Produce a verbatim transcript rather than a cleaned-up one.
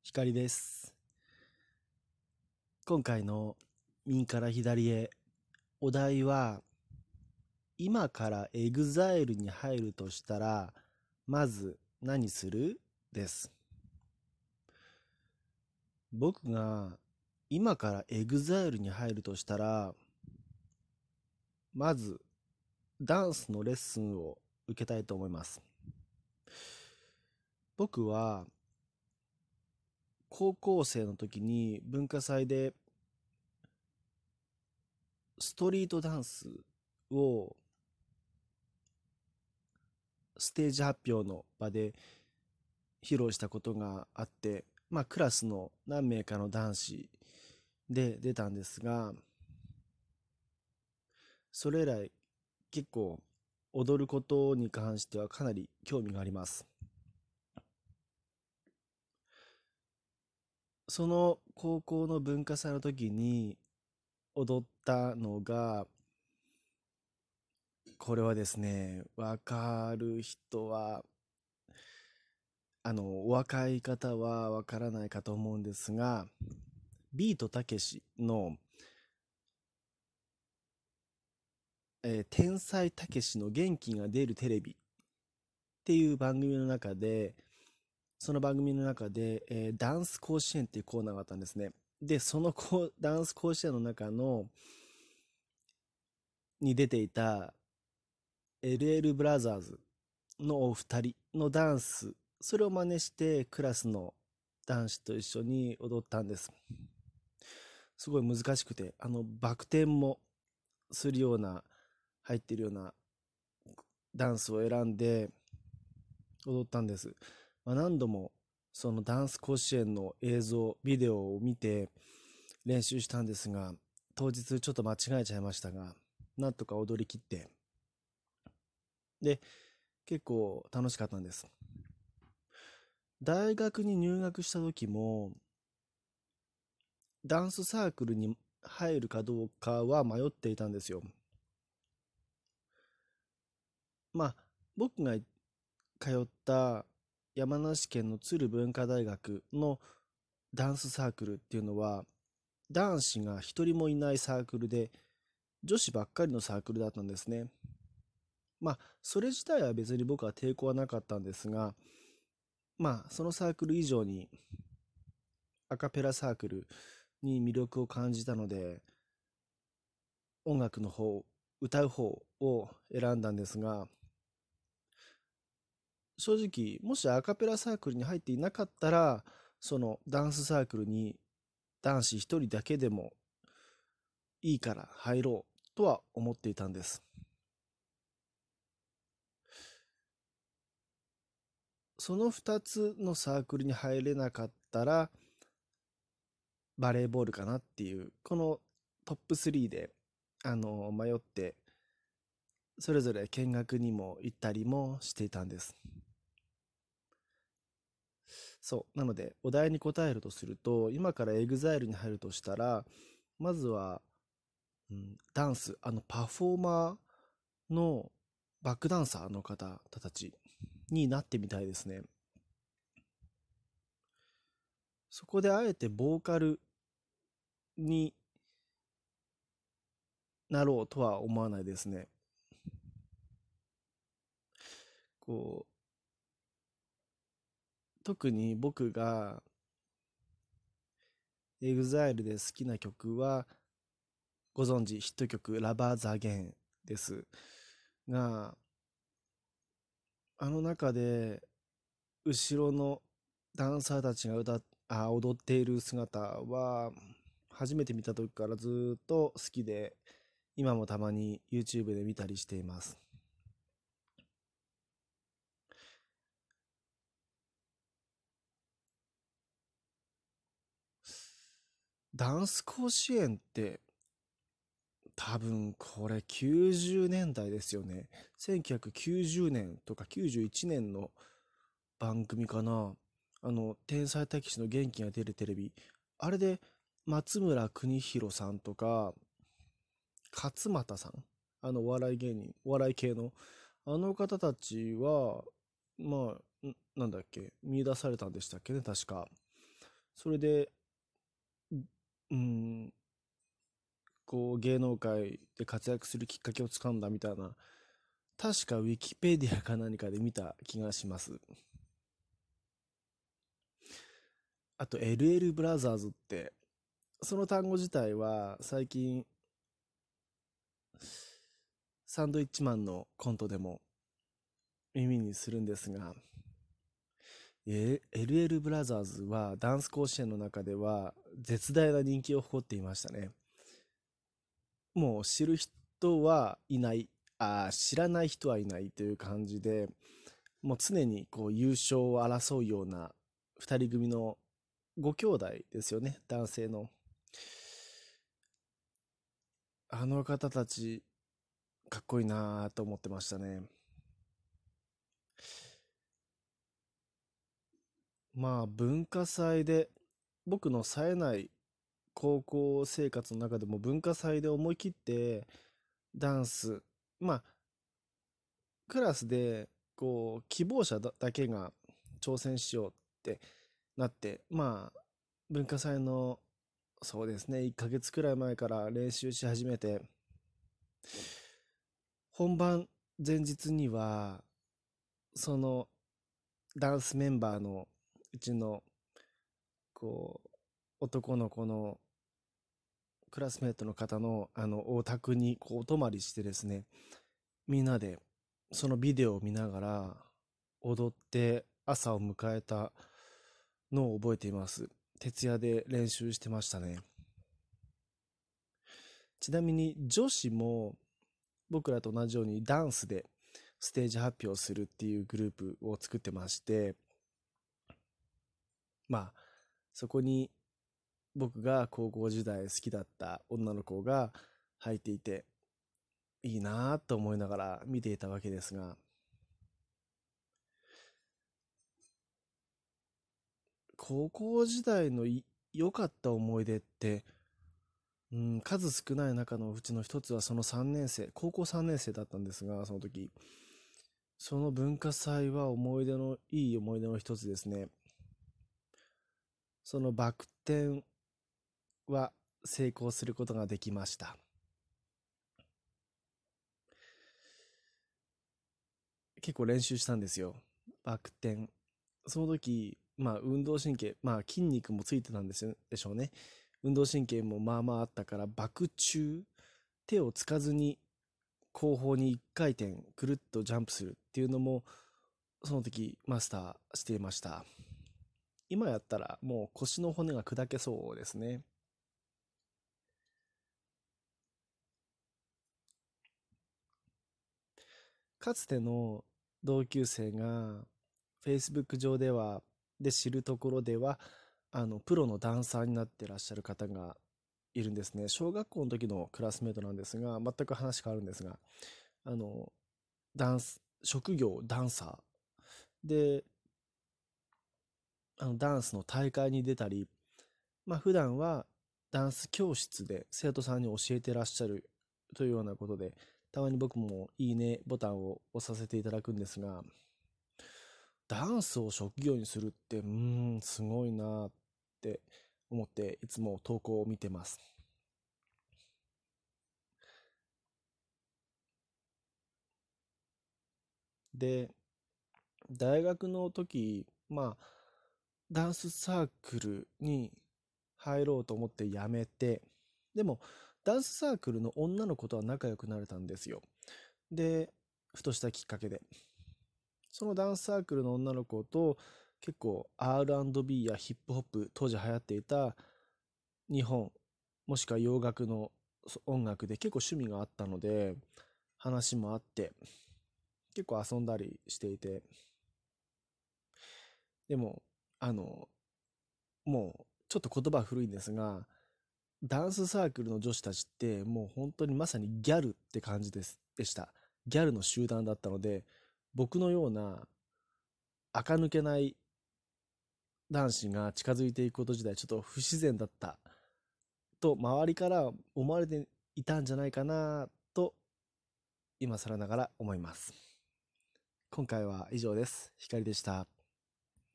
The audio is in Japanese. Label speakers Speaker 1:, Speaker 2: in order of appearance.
Speaker 1: 光です。今回の右から左へ、お題は、今からエグザイルに入るとしたら、まず何するです。僕が今からエグザイルに入るとしたら、まずダンスのレッスンを受けたいと思います。僕は高校生の時に文化祭でストリートダンスをステージ発表の場で披露したことがあって、まあクラスの何名かの男子で出たんですが、それ以来結構踊ることに関してはかなり興味があります。その高校の文化祭の時に踊ったのが、これはですね、わかる人は、あの、お若い方はわからないかと思うんですが、ビートたけしの、えー天才たけしの元気が出るテレビっていう番組の中で、その番組の中で、えーダンス甲子園っていうコーナーがあったんですね。で、そのこダンス甲子園の中の、に出ていた エルエル ブラザーズのお二人のダンス、それを真似してクラスの男子と一緒に踊ったんです。すごい難しくて、あの、バク転もするような、入ってるようなダンスを選んで踊ったんです。まあ、何度もそのダンス甲子園の映像、ビデオを見て練習したんですが、当日ちょっと間違えちゃいましたが、なんとか踊り切って、で、結構楽しかったんです。大学に入学した時も、ダンスサークルに入るかどうかは迷っていたんですよ。まあ、僕が通った山梨県の鶴文化大学のダンスサークルっていうのは、男子が一人もいないサークルで、女子ばっかりのサークルだったんですね。まあ、それ自体は別に僕は抵抗はなかったんですが、まあ、そのサークル以上にアカペラサークルに魅力を感じたので、音楽の方、歌う方を選んだんですが、正直、もしアカペラサークルに入っていなかったら、そのダンスサークルに男子一人だけでもいいから入ろうとは思っていたんです。そのふたつのサークルに入れなかったら、バレーボールかなっていう、このトップスリーで、あの、迷って、それぞれ見学にも行ったりもしていたんです。そう。なので、お題に答えるとすると、今からエグザイルに入るとしたら、まずは、うん、ダンス、あの、パフォーマーのバックダンサーの方たちになってみたいですね。そこであえてボーカルになろうとは思わないですね。こう、特に僕が エグザイル で好きな曲は、ご存知、ヒット曲、ラバーザゲンですが、あの中で、後ろのダンサーたちが歌っ、あ、踊っている姿は、初めて見た時からずーっと好きで、今もたまに YouTube で見たりしています。ダンス甲子園って多分これきゅうじゅうねんだいですよね。せんきゅうひゃくきゅうじゅうねんとかきゅうじゅういちねんの番組かな。あの、天才たけしの元気が出るテレビ。あれで松村邦洋さんとか、勝俣さん、あのお笑い芸人、お笑い系の、あの方たちは、まあ、んなんだっけ、見出されたんでしたっけね、確か。 それで、うん、こう芸能界で活躍するきっかけをつかんだみたいな、確かウィキペディアか何かで見た気がします。あと エルエル ブラザーズって、その単語自体は最近サンドイッチマンのコントでも耳にするんですが、え エルエル ブラザーズはダンス甲子園の中では絶大な人気を誇っていましたね。もう知る人はいない、あー知らない人はいないという感じで、もう常にこう優勝を争うようなふたり組のご兄弟ですよね、男性の。あの方たち、かっこいいなと思ってましたね。まあ文化祭で、僕の冴えない高校生活の中でも文化祭で思い切ってダンス、まあクラスでこう希望者だだけが挑戦しようってなって、まあ文化祭のそうですねいっかげつくらい前から練習し始めて、本番前日にはそのダンスメンバーのうちのこう男の子のクラスメートの方のあのお宅にこうお泊まりしてですね、みんなでそのビデオを見ながら踊って朝を迎えたのを覚えています。徹夜で練習してましたね。ちなみに女子も僕らと同じようにダンスでステージ発表するっていうグループを作ってまして、まあそこに僕が高校時代好きだった女の子が入っていて、いいなぁと思いながら見ていたわけですが、高校時代のい良かった思い出って、うん、数少ない中のうちの一つはそのさんねん生、高校さんねん生だったんですが、その時、その文化祭は思い出の、いい思い出の一つですね。そのバク転は成功することができました。結構練習したんですよ。バク転。その時、まあ運動神経、まあ筋肉もついてたんですよでしょうね。運動神経もまあまああったから、バク宙、手をつかずに後方にいっかい転、くるっとジャンプするっていうのも、その時マスターしていました。今やったらもう腰の骨が砕けそうですね。かつての同級生が Facebook 上では、で知るところでは、あの、プロのダンサーになってらっしゃる方がいるんですね。小学校の時のクラスメートなんですが、全く話変わるんですが、あの、ダンス、職業ダンサーで、あの、ダンスの大会に出たり、まあ普段はダンス教室で生徒さんに教えてらっしゃるというようなことで、たまに僕もいいねボタンを押させていただくんですが、ダンスを職業にするって、うーん、すごいなって思っていつも投稿を見てます。で、大学の時、まあ、ダンスサークルに入ろうと思って辞めて、でも、ダンスサークルの女の子とは仲良くなれたんですよ。で、ふとしたきっかけで。そのダンスサークルの女の子と結構 アールアンドビー やヒップホップ、当時流行っていた日本、もしくは洋楽の音楽で結構趣味があったので、話もあって、結構遊んだりしていて、でも、あの、もうちょっと言葉古いんですが、ダンスサークルの女子たちってもう本当にまさにギャルって感じです、でした。ギャルの集団だったので、僕のような垢抜けない男子が近づいていくこと自体ちょっと不自然だったと周りから思われていたんじゃないかなと今更ながら思います。今回は以上です。光でした。